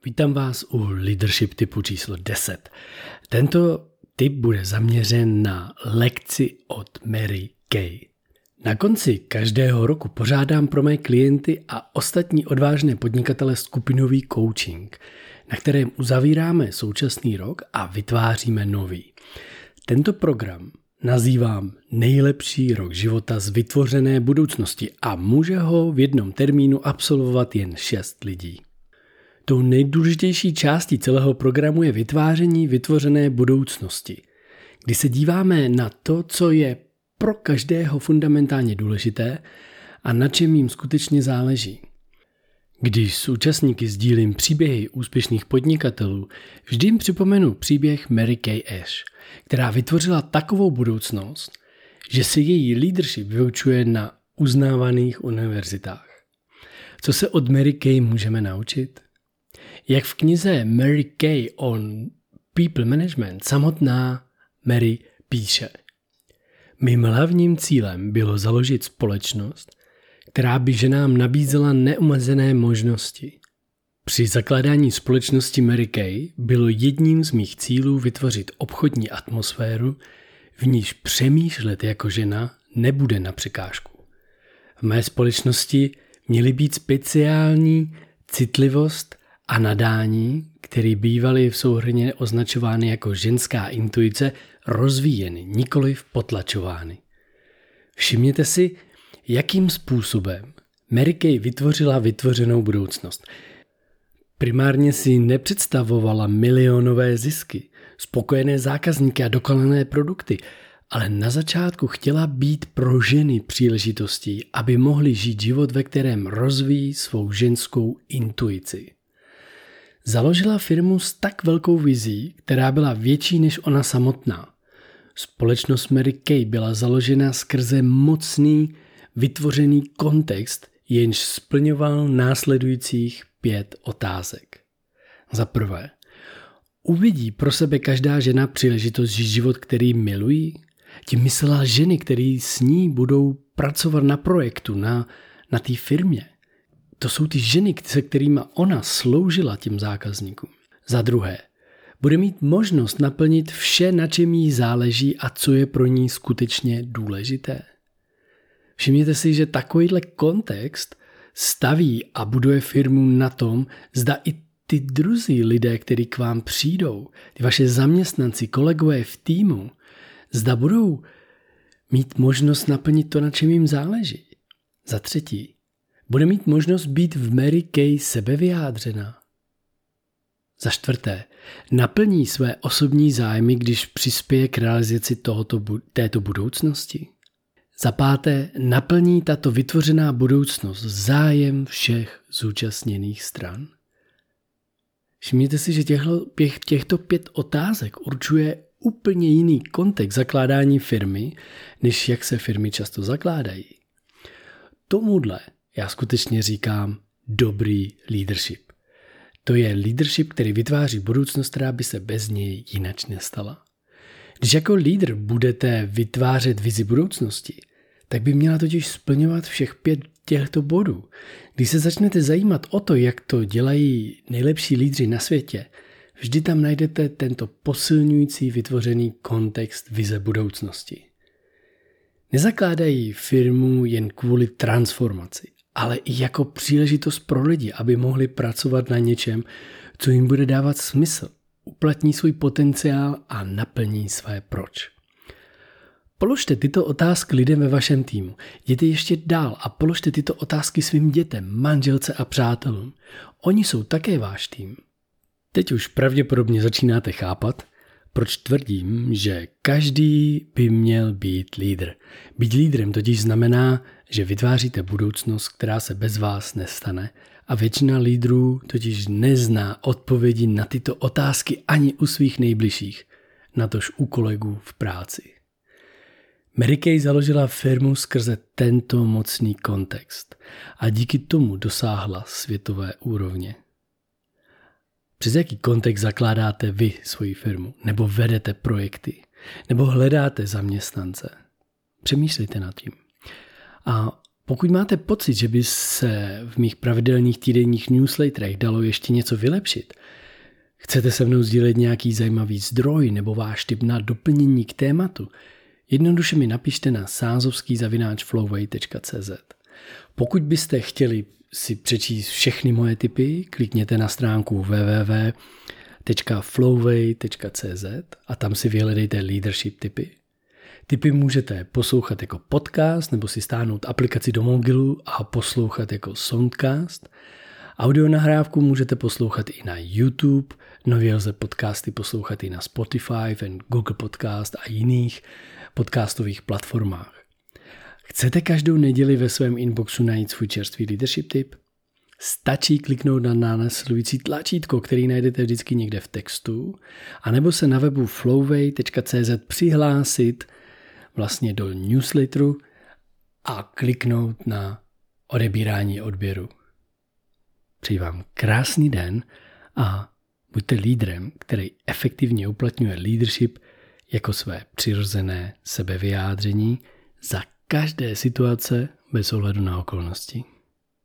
Vítám vás u Leadership tipu číslo 10. Tento tip bude zaměřen na lekci od Mary Kay. Na konci každého roku pořádám pro mé klienty a ostatní odvážné podnikatele skupinový coaching, na kterém uzavíráme současný rok a vytváříme nový. Tento program nazývám Nejlepší rok života z vytvořené budoucnosti a může ho v jednom termínu absolvovat jen 6 lidí. Tou nejdůležitější částí celého programu je vytváření vytvořené budoucnosti, kdy se díváme na to, co je pro každého fundamentálně důležité a na čem jim skutečně záleží. Když s účastníky sdílím příběhy úspěšných podnikatelů, vždy jim připomenu příběh Mary Kay Ash, která vytvořila takovou budoucnost, že si její leadership vyučuje na uznávaných univerzitách. Co se od Mary Kay můžeme naučit? Jak v knize Mary Kay on People Management samotná Mary píše: Mým hlavním cílem bylo založit společnost, která by ženám nabízela neomezené možnosti. Při zakládání společnosti Mary Kay bylo jedním z mých cílů vytvořit obchodní atmosféru, v níž přemýšlet jako žena nebude na překážku. V mé společnosti měly být speciální citlivost a nadání, které bývaly v souhrně označovány jako ženská intuice, rozvíjeny, nikoliv potlačovány. Všimněte si, jakým způsobem Mary Kay vytvořila vytvořenou budoucnost. Primárně si nepředstavovala milionové zisky, spokojené zákazníky a dokonalé produkty, ale na začátku chtěla být pro ženy příležitostí, aby mohly žít život, ve kterém rozvíjí svou ženskou intuici. Založila firmu s tak velkou vizí, která byla větší než ona samotná. Společnost Mary Kay byla založena skrze mocný, vytvořený kontext, jenž splňoval následujících 5 otázek. Za prvé, uvidí pro sebe každá žena příležitost žít život, který milují? Tím myslela ženy, které s ní budou pracovat na projektu, na té firmě. To jsou ty ženy, se kterými ona sloužila těm zákazníkům. Za druhé, bude mít možnost naplnit vše, na čem jí záleží a co je pro ní skutečně důležité. Všimněte si, že takovýhle kontext staví a buduje firmu na tom, zda i ty druzí lidé, kteří k vám přijdou, ty vaše zaměstnanci, kolegové v týmu, zda budou mít možnost naplnit to, na čem jim záleží. Za třetí, bude mít možnost být v Mary Kay sebevyjádřená. Za čtvrté, naplní své osobní zájmy, když přispěje k realizaci této budoucnosti. Za páté, naplní tato vytvořená budoucnost zájem všech zúčastněných stran. Všimněte si, že těchto 5 otázek určuje úplně jiný kontext zakládání firmy, než jak se firmy často zakládají. Tomuhle já skutečně říkám dobrý leadership. To je leadership, který vytváří budoucnost, která by se bez něj jinak nestala. Když jako lídr budete vytvářet vizi budoucnosti, tak by měla totiž splňovat všech 5 těchto bodů. Když se začnete zajímat o to, jak to dělají nejlepší lídři na světě, vždy tam najdete tento posilňující vytvořený kontext vize budoucnosti. Nezakládají firmu jen kvůli transformaci, ale i jako příležitost pro lidi, aby mohli pracovat na něčem, co jim bude dávat smysl, uplatní svůj potenciál a naplní své proč. Položte tyto otázky lidem ve vašem týmu. Jděte ještě dál a položte tyto otázky svým dětem, manželce a přátelům. Oni jsou také váš tým. Teď už pravděpodobně začínáte chápat, proč tvrdím, že každý by měl být lídr. Být lídrem totiž znamená, že vytváříte budoucnost, která se bez vás nestane, a většina lídrů totiž nezná odpovědi na tyto otázky ani u svých nejbližších, natož u kolegů v práci. Mary Kay založila firmu skrze tento mocný kontext a díky tomu dosáhla světové úrovně. Přes jaký kontext zakládáte vy svoji firmu, nebo vedete projekty, nebo hledáte zaměstnance? Přemýšlejte nad tím. A Pokud máte pocit, že by se v mých pravidelných týdenních newsletterech dalo ještě něco vylepšit, chcete se mnou sdílet nějaký zajímavý zdroj nebo váš tip na doplnění k tématu, jednoduše mi napište na sázovský@flowway.cz. Pokud byste chtěli si přečíst všechny moje tipy, klikněte na stránku www.flowway.cz a tam si vyhledejte leadership tipy. Tipy můžete poslouchat jako podcast nebo si stáhnout aplikaci do mobilu a poslouchat jako soundcast. Audio nahrávku můžete poslouchat i na YouTube, nově lze podcasty poslouchat i na Spotify, Google Podcast a jiných podcastových platformách. Chcete každou neděli ve svém inboxu najít svůj čerstvý leadership tip? Stačí kliknout na následující tlačítko, který najdete vždycky někde v textu, anebo se na webu flowway.cz přihlásit vlastně do newsletteru a kliknout na odebírání odběru. Přeji vám krásný den a buďte lídrem, který efektivně uplatňuje leadership jako své přirozené sebevyjádření za každé situace bez ohledu na okolnosti.